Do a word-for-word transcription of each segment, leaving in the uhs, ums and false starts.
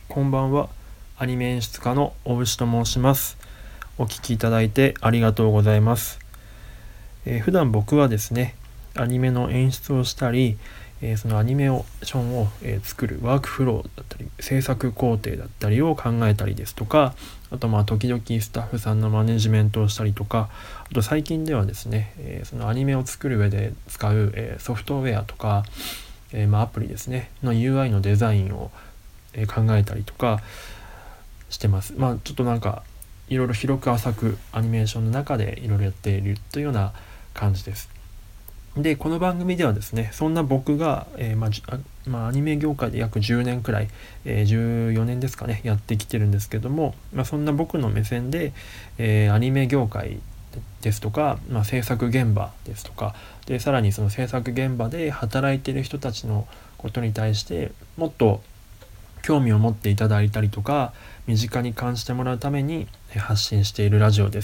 こんばんは。アニメ演出家の大牛と申します。お聞きいただいてありがとうございます。えー、普段僕はですね、アニメの演出をしたり、えー、そのアニメーションを、えー、作るワークフローだったり、制作工程だったりを考えたりですとか、あとまあ時々スタッフさんのマネジメントをしたりとか、あと最近ではですね、えー、そのアニメを作る上で使う、えー、ソフトウェアとか、えー、まあアプリですねの ユーアイ のデザインを、えー、考えたりとかしてます。まあちょっとなんかいろいろ広く浅くアニメーションの中でいろいろやっているというような感じです。でこの番組ではですね、そんな僕が、えーまあまあ、アニメ業界で約じゅうねんくらい、えー、じゅうよねんですかねやってきてるんですけども、まあ、そんな僕の目線で、えー、アニメ業界ですとか、まあ、制作現場ですとかで、さらにその制作現場で働いている人たちのことに対してもっと興味を持っていただいたりとか身近に感じてもらうために発信しているラジオです。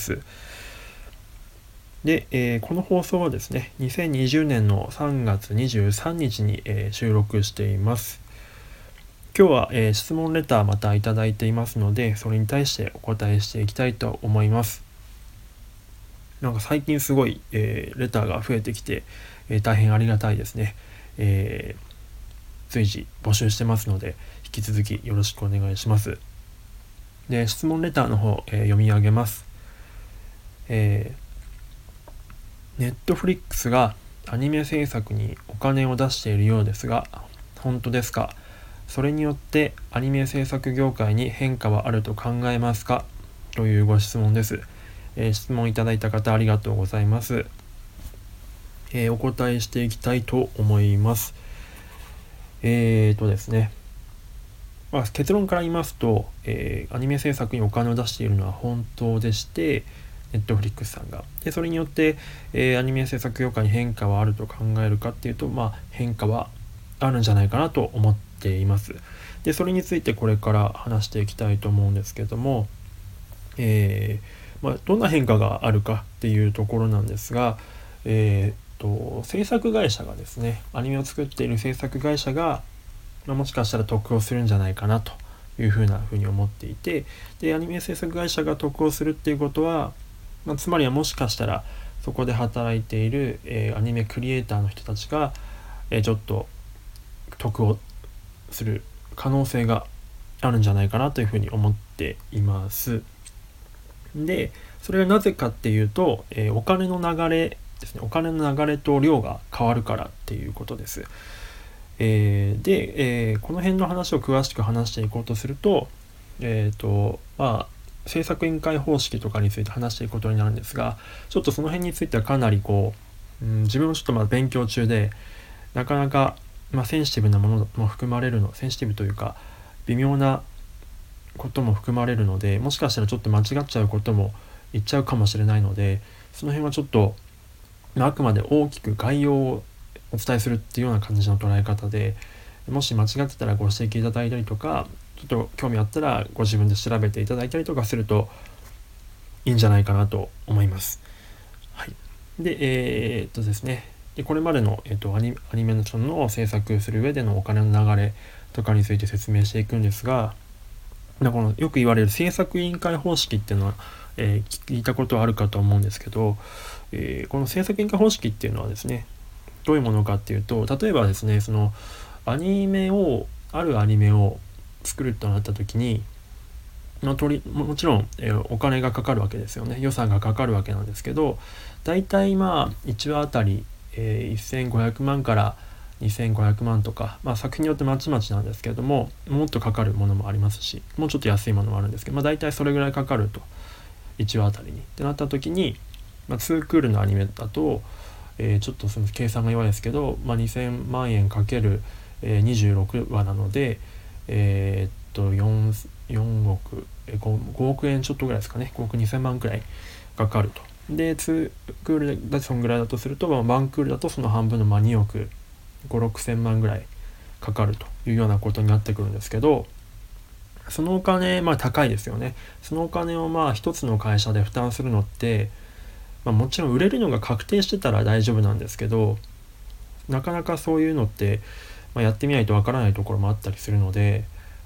で、えー、この放送はですねにせんにじゅうねんのさんがつにじゅうさんにちに、えー、収録しています。今日は、えー、質問レターまたいただいていますので、それに対してお答えしていきたいと思います。なんか最近すごい、えー、レターが増えてきて、えー、大変ありがたいですね。えー、随時募集してますので引き続きよろしくお願いします。で質問レターの方、えー、読み上げます。えーネットフリックスがアニメ制作にお金を出しているようですが、本当ですか？それによってアニメ制作業界に変化はあると考えますか？というご質問です。えー、質問いただいた方ありがとうございます。えー、お答えしていきたいと思います。えーとですね、まあ、結論から言いますと、えー、アニメ制作にお金を出しているのは本当でして、ネットフリックスさんがでそれによって、えー、アニメ制作業界に変化はあると考えるかっていうと、まあ変化はあるんじゃないかなと思っています。でそれについてこれから話していきたいと思うんですけども、えーまあ、どんな変化があるかっていうところなんですが、えー、と制作会社がですね、アニメを作っている制作会社が、まあ、もしかしたら得をするんじゃないかなというふうなふうに思っていて、でアニメ制作会社が得をするっていうことは、まあ、つまりはもしかしたらそこで働いている、えー、アニメクリエイターの人たちが、えー、ちょっと得をする可能性があるんじゃないかなというふうに思っています。でそれはなぜかっていうと、えー、お金の流れですね、お金の流れと量が変わるからっていうことです。えー、で、えー、この辺の話を詳しく話していこうとすると、えーとまあ制作委員会方式とかについて話していくことになるんですが、ちょっとその辺についてはかなりこう、うん、自分もちょっとまだ勉強中で、なかなか、まあ、センシティブなものも含まれるのセンシティブというか微妙なことも含まれるので、もしかしたらちょっと間違っちゃうことも言っちゃうかもしれないので、その辺はちょっと、まあ、あくまで大きく概要をお伝えするっていうような感じの捉え方で、もし間違ってたらご指摘いただいたりとか、ちょっと興味あったらご自分で調べていただいたりとかするといいんじゃないかなと思います。はい。で、えー、っとですね、でこれまでの、えー、っとアニ、アニメーションの制作する上でのお金の流れとかについて説明していくんですが、このよく言われる制作委員会方式っていうのは、えー、聞いたことはあるかと思うんですけど、えー、この制作委員会方式っていうのはですね、どういうものかっていうと、例えばですね、そのアニメをあるアニメを作るとなった時に、まあ、とりもちろん、えー、お金がかかるわけですよね。予算がかかるわけなんですけど、だいたいまあいちわあたり、えー、せんごひゃくまんからにせんごひゃくまんとか、まあ、作品によってまちまちなんですけれども、もっとかかるものもありますし、もうちょっと安いものもあるんですけど、まあ、だいたいそれぐらいかかると、いちわあたりにってなった時に、まあ、ツークールのアニメだと、えー、ちょっとその計算が弱いですけど、まあ、にせんまんえんかける、えー、にじゅうろくわなので、えー、っと 4, 4億、えー、5, ごおくえんちょっとぐらいですかね、ごおくにせんまんくらいかかると。でツークールだとそんぐらいだとすると、まあ、ワンクールだとその半分のまあにおくご、ろくせんまんぐらいかかるというようなことになってくるんですけど、そのお金、まあ高いですよね。そのお金をまあ一つの会社で負担するのって、まあ、もちろん売れるのが確定してたら大丈夫なんですけど、なかなかそういうのって、まあ、やってみないとわからないところもあったりするので、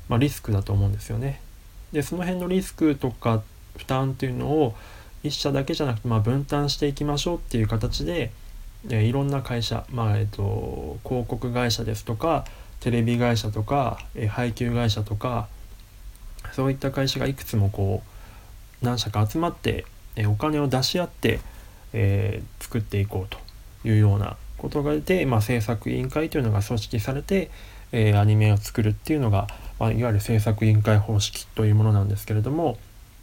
まあ、リスクだと思うんですよね。でその辺のリスクとか負担っていうのを一社だけじゃなくて、まあ、分担していきましょうっていう形で、えー、いろんな会社、まあえー、と広告会社ですとかテレビ会社とか、えー、配給会社とかそういった会社がいくつもこう何社か集まって、えー、お金を出し合って、えー、作っていこうというようなことがで、まあ、制作委員会というのが組織されて、えー、アニメを作るっていうのが、まあ、いわゆる制作委員会方式というものなんですけれども、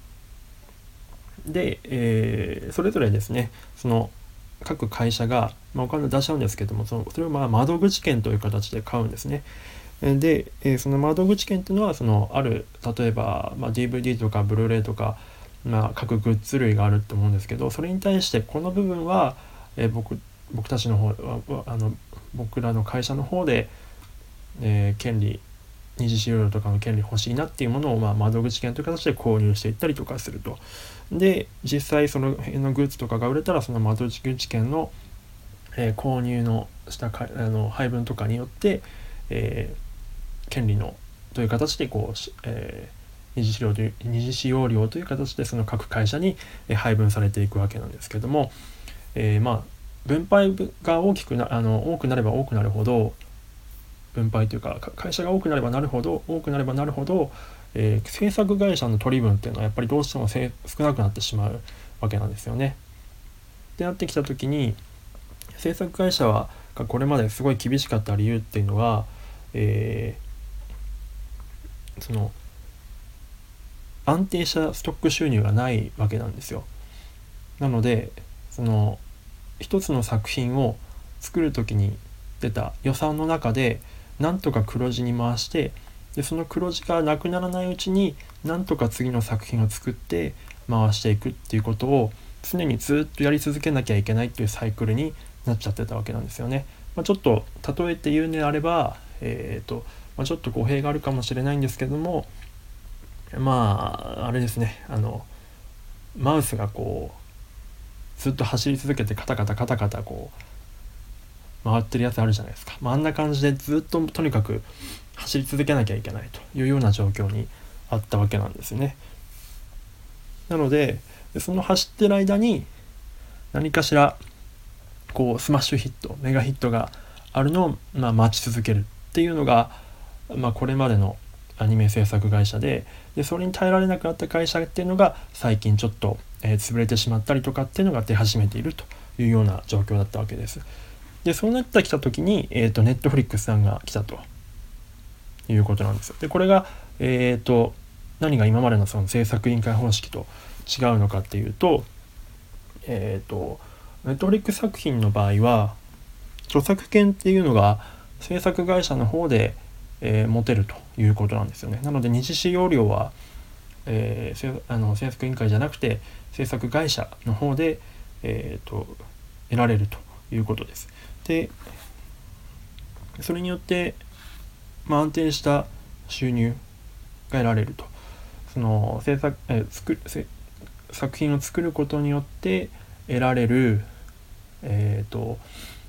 で、えー、それぞれですねその各会社が、まあ、お金を出しちゃうんですけどもそのそれをまあ窓口券という形で買うんですね。で、えー、その窓口券っていうのはそのある例えば、まあ、ディーブイディー とかブルーレイとか、まあ、各グッズ類があると思うんですけどそれに対してこの部分は、えー、僕僕たちの方あの僕らの会社の方で、えー、権利二次使用料とかの権利欲しいなっていうものを、まあ、窓口券という形で購入していったりとかすると。で実際その辺のグッズとかが売れたらその窓口券の、えー、購入のしたかあの配分とかによって、えー、権利のという形でこう、えー、二次使用という二次使用料という形でその各会社に配分されていくわけなんですけども、えー、まあ分配が大きくなあの多くなれば多くなるほど分配というか会社が多くなればなるほど多くなればなるほど、えー、制作会社の取り分っていうのはやっぱりどうしても少なくなってしまうわけなんですよね。ってなってきた時に制作会社はこれまですごい厳しかった理由っていうのは、えー、その安定したストック収入がないわけなんですよ。なのでその一つの作品を作る時に出た予算の中でなんとか黒字に回してでその黒字がなくならないうちになんとか次の作品を作って回していくっていうことを常にずっとやり続けなきゃいけないっていうサイクルになっちゃってたわけなんですよね。まあ、ちょっと例えて言うのであれば、えーとまあ、ちょっと語弊があるかもしれないんですけどもまああれですねあのマウスがこうずっと走り続けてカタカタカタカタこう回ってるやつあるじゃないですか、まあ、あんな感じでずっととにかく走り続けなきゃいけないというような状況にあったわけなんですね。なのでその走ってる間に何かしらこうスマッシュヒットメガヒットがあるのを、まあ、待ち続けるっていうのが、まあ、これまでのアニメ制作会社で、でそれに耐えられなくなった会社っていうのが最近ちょっと、えー、潰れてしまったりとかっていうのが出始めているというような状況だったわけです。でそうなってきた時に、えーと、ネットフリックスさんが来たということなんですよ。でこれが、えーと、何が今までのその制作委員会方式と違うのかっていうと、えーと、ネットフリックス作品の場合は著作権っていうのが制作会社の方で、えー、持てるということなんですよね。なので二次使用料は、えー、あの制作委員会じゃなくて制作会社の方で、えーと、得られるということです。でそれによって、まあ、安定した収入が得られるとその制作、えー、作作品を作ることによって得られる、えーと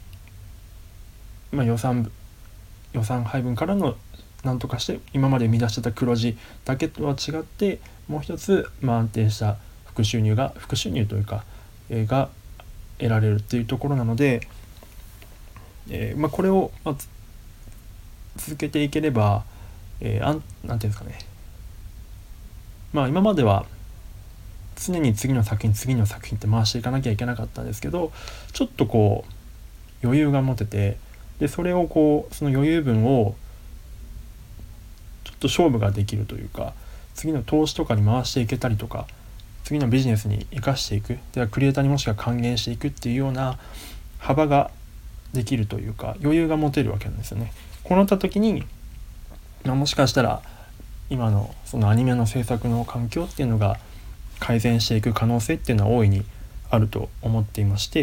まあ、予算予算配分からの何とかして今まで生み出してた黒字だけとは違ってもう一つ、まあ、安定した副収入が副収入というか、えー、が得られるっていうところなので、えーまあ、これを、まあ、続けていければ、えー、あんなんていうんですかねまあ今までは常に次の作品次の作品って回していかなきゃいけなかったんですけどちょっとこう余裕が持ててでそれをこうその余裕分をちょっと勝負ができるというか次の投資とかに回していけたりとか次のビジネスに生かしていくではクリエイターにもしくは還元していくっていうような幅ができるというか余裕が持てるわけなんですよね。こうなった時に、まあ、もしかしたら今のそのアニメの制作の環境っていうのが改善していく可能性っていうのは大いにあると思っていまして、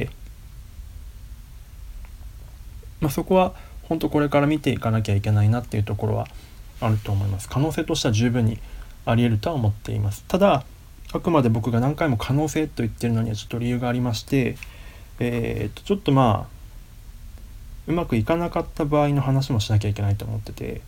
まあ、そこは本当これから見ていかなきゃいけないなっていうところはあると思います。可能性としては十分にあり得るとは思っています。ただあくまで僕が何回も可能性と言ってるのにはちょっと理由がありまして、えー、とちょっとまあうまくいかなかった場合の話もしなきゃいけないと思ってて、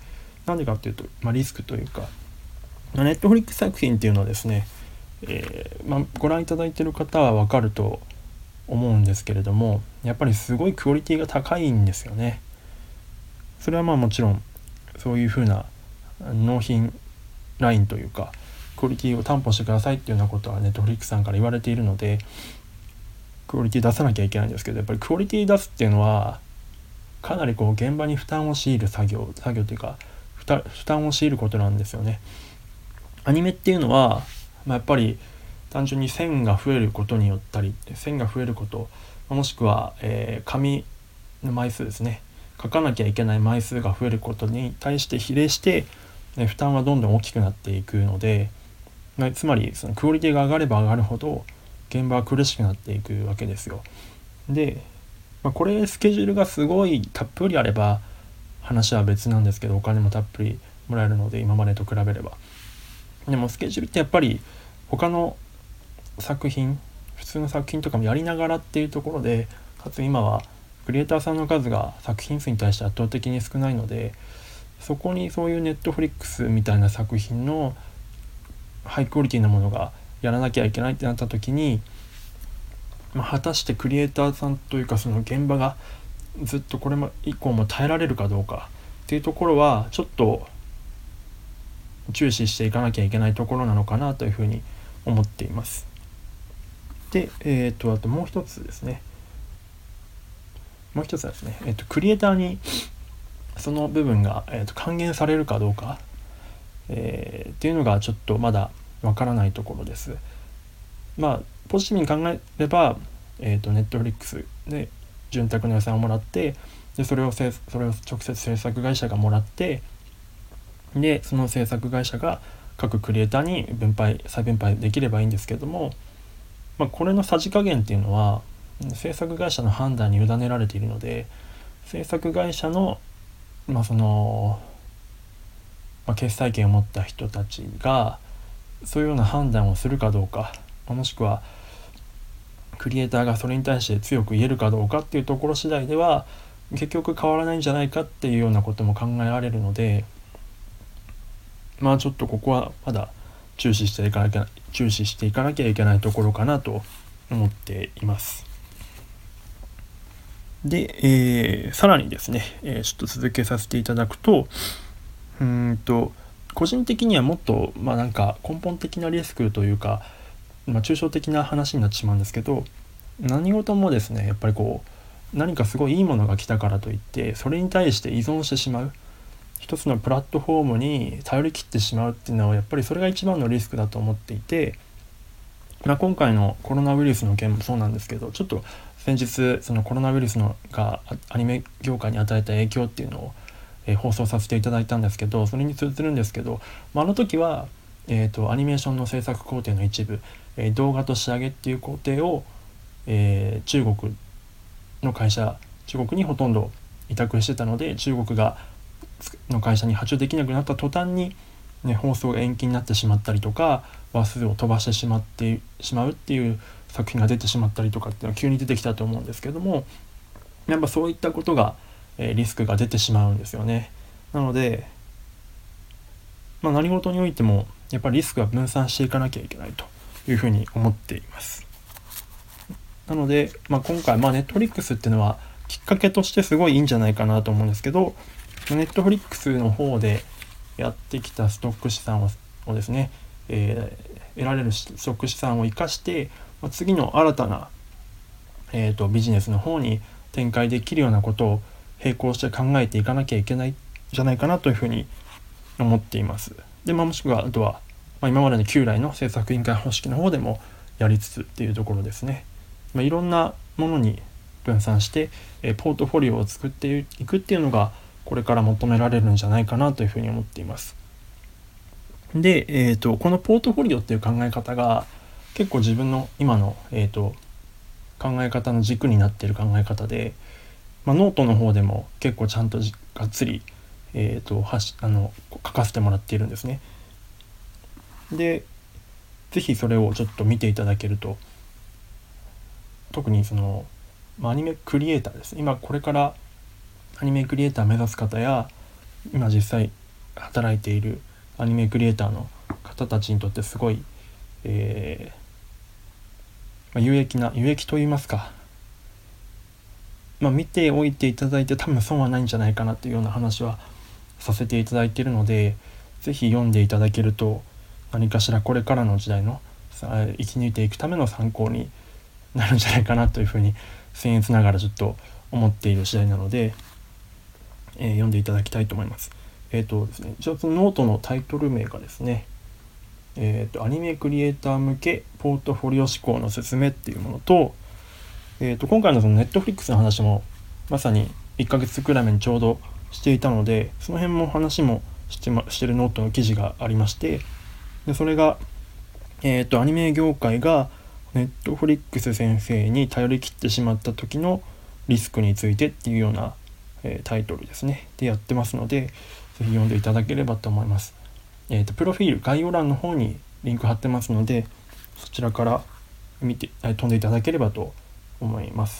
なんでかっていうと、まあ、リスクというか、まあ、ネットフリックス作品っていうのはですね、えーまあ、ご覧いただいている方は分かると思うんですけれども、やっぱりすごいクオリティが高いんですよね。それはまあもちろんそういうふうな納品ラインというかクオリティを担保してくださいっていうようなことはネットフリックスさんから言われているので、クオリティ出さなきゃいけないんですけど、やっぱりクオリティ出すっていうのはかなりこう現場に負担を強いる作業作業というか負担負担を強いることなんですよね。アニメっていうのは、まあ、やっぱり単純に線が増えることによったり線が増えること、もしくは、えー、紙の枚数ですね、書かなきゃいけない枚数が増えることに対して比例して、ね、負担はどんどん大きくなっていくので、まあ、つまりそのクオリティが上がれば上がるほど現場は苦しくなっていくわけですよ。で、まあ、これスケジュールがすごいたっぷりあれば話は別なんですけど、お金もたっぷりもらえるので今までと比べれば。でもスケジュールってやっぱり他の作品普通の作品とかもやりながらっていうところで、かつ今はクリエイターさんの数が作品数に対して圧倒的に少ないので、そこにそういうネットフリックスみたいな作品のハイクオリティなものがやらなきゃいけないってなった時に、まあ、果たしてクリエイターさんというかその現場がずっとこれ以降も耐えられるかどうかっていうところはちょっと注視していかなきゃいけないところなのかなというふうに思っています。で、えー、とあともう一つですねもう一つはですね、えー、とクリエイターにその部分が、えー、と還元されるかどうか、えー、っていうのがちょっとまだわからないところです。まあポジティブに考えれば、えー、とネットフリックスで潤沢の予算をもらって、でそれをせそれを直接制作会社がもらって、でその制作会社が各クリエイターに分配再分配できればいいんですけども、まあ、これのさじ加減っていうのは制作会社の判断に委ねられているので、制作会社の、まあそのまあ、決裁権を持った人たちがそういうような判断をするかどうか、もしくはクリエイターがそれに対して強く言えるかどうかっていうところ次第では結局変わらないんじゃないかっていうようなことも考えられるので、まあちょっとここはまだ注視していかなきゃ注視していかなきゃいけないところかなと思っています。で、えー、さらにですね、えー、ちょっと続けさせていただくと、うーんと個人的にはもっとまあなんか根本的なリスクというか、まあ、抽象的な話になってしまうんですけど、何事もですねやっぱりこう何かすごいいいものが来たからといってそれに対して依存してしまう、一つのプラットフォームに頼り切ってしまうっていうのはやっぱりそれが一番のリスクだと思っていて、まあ、今回のコロナウイルスの件もそうなんですけど、ちょっと先日そのコロナウイルスのがアニメ業界に与えた影響っていうのを、えー、放送させていただいたんですけど、それに通ずるんですけど、まあ、あの時は、えーと、アニメーションの制作工程の一部、えー、動画と仕上げっていう工程を、えー、中国の会社中国にほとんど委託してたので、中国がの会社に発注できなくなった途端に、ね、放送が延期になってしまったりとか話数を飛ばしてしまってしまうっていう作品が出てしまったりとかっていうのは急に出てきたと思うんですけども、やっぱそういったことが、えー、リスクが出てしまうんですよね。なので、まあ、何事においてもやっぱりリスクは分散していかなきゃいけないというふうに思っています。なので、まあ、今回、まあ、Netflix っていうのはきっかけとしてすごいいいんじゃないかなと思うんですけど、Netflix の方でやってきたストック資産 を, をですね、えー、得られるストック資産を生かして、まあ、次の新たな、えーと、ビジネスの方に展開できるようなことを並行して考えていかなきゃいけないんじゃないかなというふうに思っています。で、まあ、もしくはあとは、まあ、今までの旧来の制作委員会方式の方でもやりつつっていうところですね。まあ、いろんなものに分散して、えー、ポートフォリオを作っていくっていうのがこれから求められるんじゃないかなというふうに思っています。で、えーと、このポートフォリオっていう考え方が結構自分の今の、えーと、考え方の軸になっている考え方で、まあ、ノートの方でも結構ちゃんとがっつり、えーと、はしあの書かせてもらっているんですね。で、ぜひそれをちょっと見ていただけると、特にその、まあ、アニメクリエイターです。今これからアニメクリエイター目指す方や今実際働いているアニメクリエイターの方たちにとってすごい、えーまあ、有益な有益といいますか、まあ、見ておいていただいて多分損はないんじゃないかなというような話はさせていただいているので、ぜひ読んでいただけると何かしらこれからの時代の生き抜いていくための参考になるんじゃないかなというふうに僭越ながらちょっと思っている次第なので、えー、読んでいただきたいと思います。えっ、ー、とですね、一応そのノートのタイトル名がですね、えーと、アニメクリエイター向けポートフォリオ思考の勧めっていうものと、えーと、今回のそのネットフリックスの話もまさにいっかげつくらい前にちょうどしていたので、その辺も話もしてま、してるノートの記事がありまして、でそれが、えーと、アニメ業界がネットフリックス先生に頼り切ってしまった時のリスクについてっていうような、えー、タイトルですねでやってますので、ぜひ読んでいただければと思います。えーと、プロフィール概要欄の方にリンク貼ってますので、そちらから見て飛んでいただければと思います。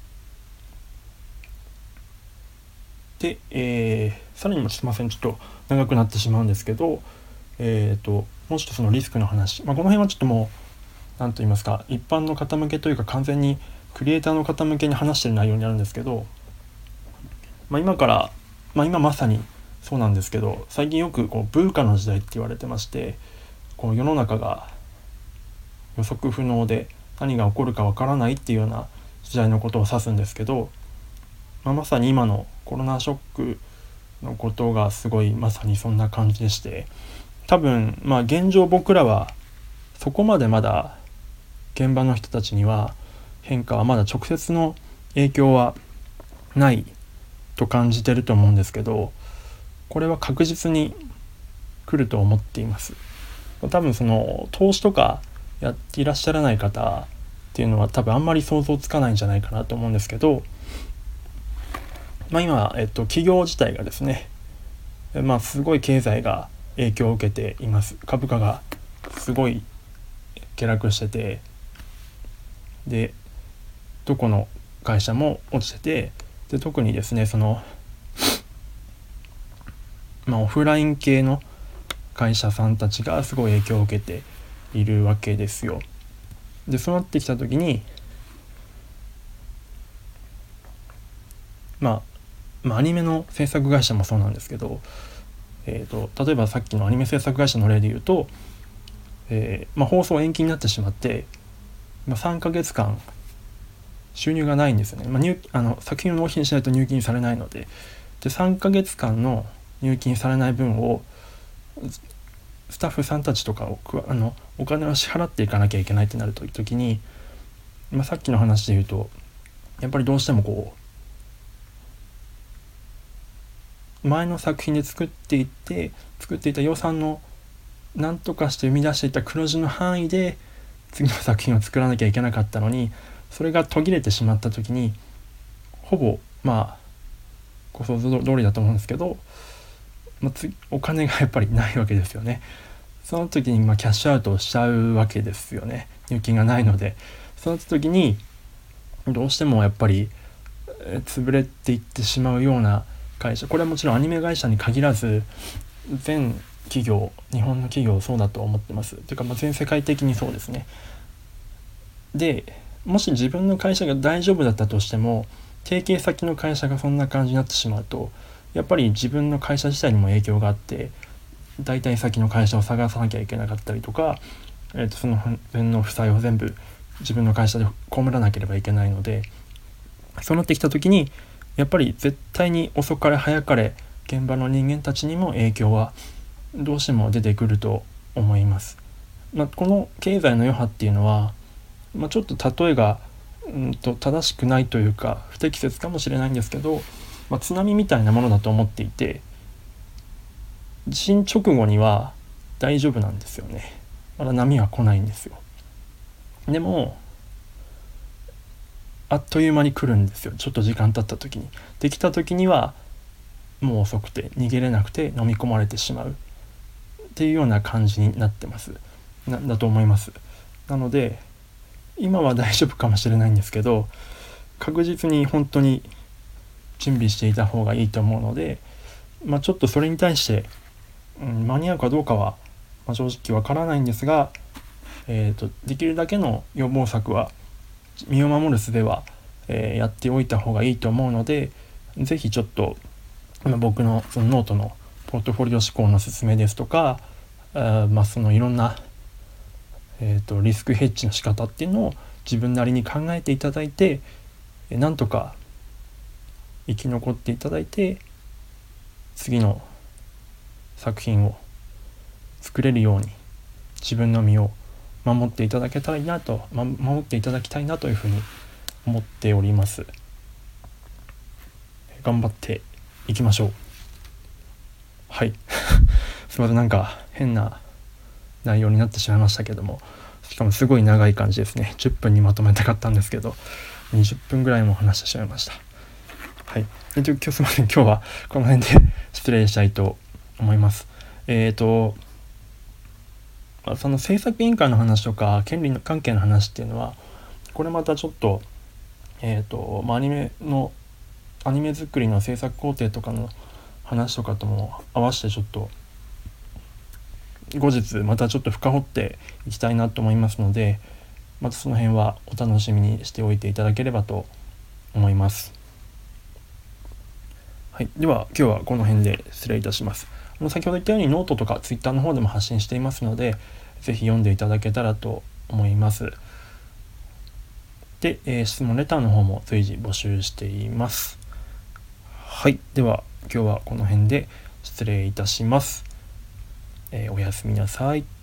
で、えー、さらにもすいませんちょっと長くなってしまうんですけど、えーともうちょっとそのリスクの話、まあ、この辺はちょっともう何と言いますか、一般の方向けというか完全にクリエイターの方向けに話している内容になるんですけど、まあ、今から、まあ、今まさにそうなんですけど、最近よくこうブーカの時代って言われてまして、こう世の中が予測不能で何が起こるかわからないっていうような時代のことを指すんですけど、まあ、まさに今のコロナショックのことがすごいまさにそんな感じでして、多分まあ現状僕らはそこまでまだ現場の人たちには変化はまだ直接の影響はないと感じてると思うんですけど、これは確実に来ると思っています。多分その投資とかやっていらっしゃらない方っていうのは多分あんまり想像つかないんじゃないかなと思うんですけど、まあ今、えっと、企業自体がですね、まあすごい経済が影響を受けています。株価がすごい下落してて、でどこの会社も落ちてて、で特にですねそのまあオフライン系の会社さんたちがすごい影響を受けているわけですよ。でそうなってきた時に、まあ、まあアニメの制作会社もそうなんですけど、えーと、例えばさっきのアニメ制作会社の例で言うと、えーまあ、放送延期になってしまって、まあ、さんかげつかん収入がないんですよね。まあ、入あの作品を納品しないと入金されないので、でさんかげつかんの入金されない分をスタッフさんたちとかをあのお金を支払っていかなきゃいけないってなるという時に、まあ、さっきの話で言うとやっぱりどうしてもこう前の作品で作っていって作っていた予算の何とかして生み出していた黒字の範囲で次の作品を作らなきゃいけなかったのに、それが途切れてしまった時にほぼまあご想像通りだと思うんですけど、まあ、次お金がやっぱりないわけですよね。その時にまあキャッシュアウトをしちゃうわけですよね。入金がないので、その時にどうしてもやっぱり潰れていってしまうような会社、これはもちろんアニメ会社に限らず全企業、日本の企業そうだと思ってます。というかまあ全世界的にそうですね。でもし自分の会社が大丈夫だったとしても、提携先の会社がそんな感じになってしまうと、やっぱり自分の会社自体にも影響があって、代替先の会社を探さなきゃいけなかったりとか、えーとその辺の負債を全部自分の会社で被らなければいけないので、そうなってきた時にやっぱり絶対に遅かれ早かれ現場の人間たちにも影響はどうしても出てくると思います。まあ、この経済の余波っていうのは、まあ、ちょっと例えがうんと正しくないというか不適切かもしれないんですけど、まあ、津波みたいなものだと思っていて、地震直後には大丈夫なんですよね。まだ波は来ないんですよ。でもあっという間に来るんですよ。ちょっと時間経った時に、できた時にはもう遅くて逃げれなくて飲み込まれてしまうっていうような感じになってますなだと思います。なので今は大丈夫かもしれないんですけど、確実に本当に準備していた方がいいと思うので、 まあ、ちょっとそれに対して、うん、間に合うかどうかは、まあ、正直わからないんですが、えーと、できるだけの予防策は、身を守る術は、えー、やっておいた方がいいと思うので、ぜひちょっと、まあ、僕のそのノートのポートフォリオ思考の勧めですとか、あまあそのいろんな、えーと、リスクヘッジの仕方っていうのを自分なりに考えていただいて、なんとか生き残っていただいて、次の作品を作れるように自分の身を守っていただけたらいいなと、ま、守っていただきたいなというふうに思っております。頑張っていきましょう。はいすいません、なんか変な内容になってしまいましたけども、しかもすごい長い感じですね。じゅっぷんにまとめたかったんですけどにじゅっぷんぐらいも話してしまいました。はい、えっと今日すいません、今日はこの辺で失礼したいと思います。えっとその制作委員会の話とか権利関係の話っていうのは、これまたちょっとえっと、まあ、アニメのアニメ作りの制作工程とかの話とかとも合わせてちょっと後日またちょっと深掘っていきたいなと思いますので、またその辺はお楽しみにしておいていただければと思います。はい、では今日はこの辺で失礼いたします。あの先ほど言ったようにノートとかツイッターの方でも発信していますので、ぜひ読んでいただけたらと思います。で、えー、質問レターの方も随時募集しています。はい、では今日はこの辺で失礼いたします。えー、おやすみなさい。